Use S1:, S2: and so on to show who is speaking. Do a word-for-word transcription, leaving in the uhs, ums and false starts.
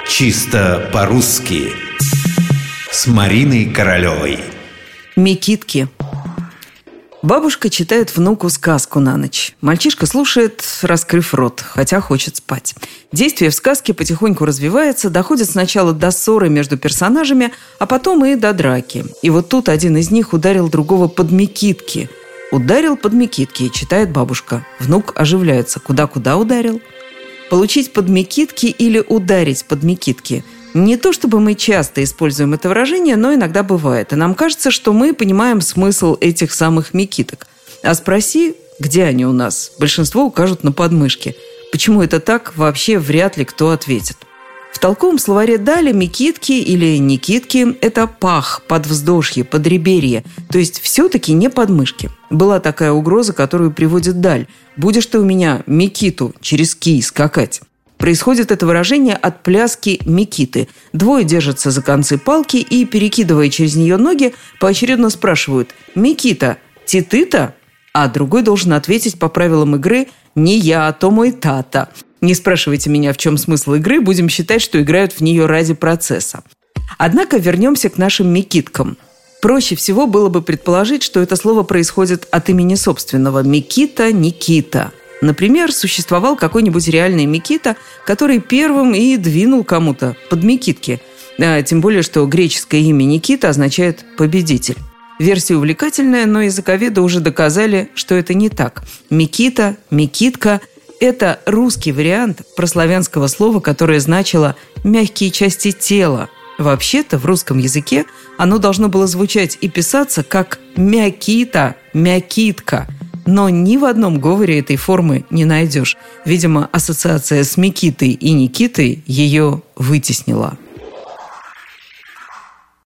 S1: Чисто по-русски с Мариной Королевой.
S2: Микитки. Бабушка читает внуку сказку на ночь. Мальчишка слушает, раскрыв рот, хотя хочет спать. Действие в сказке потихоньку развивается, доходит сначала до ссоры между персонажами, а потом и до драки. И вот тут один из них ударил другого под микитки. Ударил под микитки, читает бабушка. Внук оживляется. Куда-куда ударил? Получить под микитки или ударить под микитки – не то чтобы мы часто используем это выражение, но иногда бывает. И нам кажется, что мы понимаем смысл этих самых микиток. А спроси, где они у нас? Большинство укажут на подмышки. Почему это так, вообще вряд ли кто ответит. В толковом словаре Даля микитки или никитки – это пах, подвздошье, подреберье, то есть все-таки не подмышки. Была такая угроза, которую приводит Даль. «Будешь ты у меня микиту через кий скакать». Происходит это выражение от пляски микиты. Двое держатся за концы палки и, перекидывая через нее ноги, поочередно спрашивают: «Микита, ти ты-то?» А другой должен ответить по правилам игры: «Не я, а то мой тата». Не спрашивайте меня, в чем смысл игры, будем считать, что играют в нее ради процесса. Однако вернемся к нашим микиткам. Проще всего было бы предположить, что это слово происходит от имени собственного – Микита, Никита. Например, существовал какой-нибудь реальный Микита, который первым и двинул кому-то под микитки. А, тем более, что греческое имя Никита означает «победитель». Версия увлекательная, но языковеды уже доказали, что это не так. Микита, Микитка – это русский вариант прославянского слова, которое значило «мягкие части тела». Вообще-то в русском языке оно должно было звучать и писаться как «мякита», «мякитка». Но ни в одном говоре этой формы не найдешь. Видимо, ассоциация с Микитой и Никитой ее вытеснила.